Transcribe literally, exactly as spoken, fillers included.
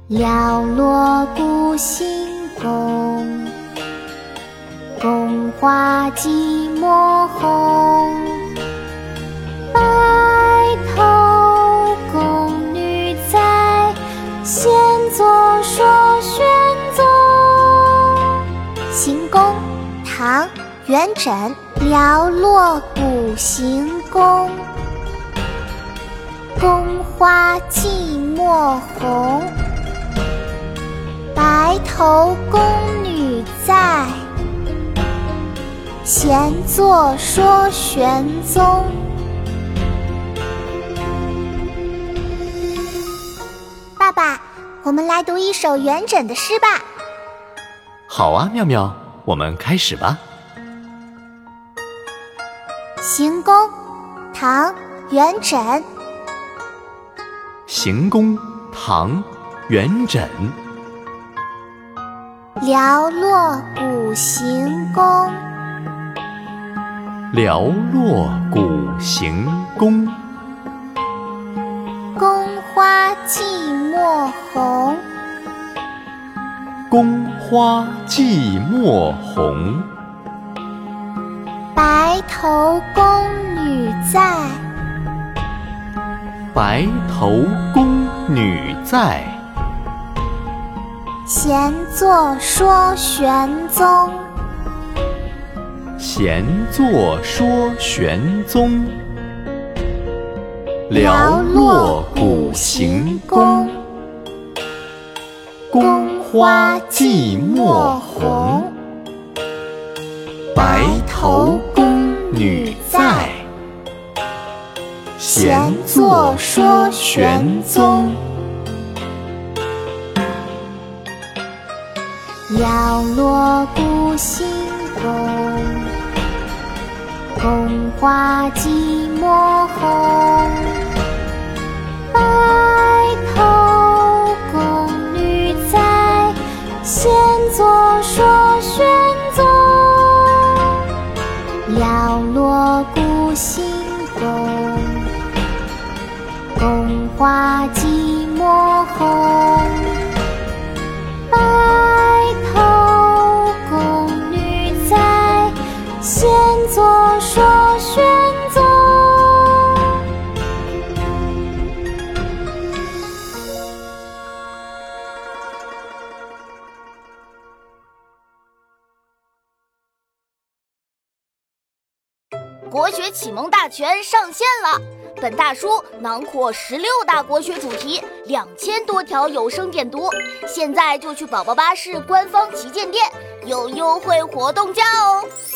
寥落孤行宫，宫花寂寞红。白头宫女在，闲坐说玄宗。行宫，唐·元稹。寥落孤行宫，宫花寂寞红。白头宫女在，闲坐说玄宗。爸爸，我们来读一首元稹的诗吧。 好啊，妙妙，我们开始吧。 行宫，唐·元稹。 行宫，唐·元稹。 寥落孤行宫， 寥落孤行宫。 宫花寂寞红。 宫花寂寞红。 白头宫女在， 白头宫女在， 闲坐说玄宗。 闲坐说玄宗。寥落孤行宫，宫花寂寞红。白头宫女在，闲坐说玄宗。 寥落孤行宫，宫花寂寞红。白头宫女在，闲坐说玄宗。寥落孤行宫，宫花寂寞红。白头宫女在，闲坐说玄宗。 国学启蒙大全上线了！本大书囊括十六大国学主题，两千多条有声点读。现在就去宝宝巴士官方旗舰店，有优惠活动价哦！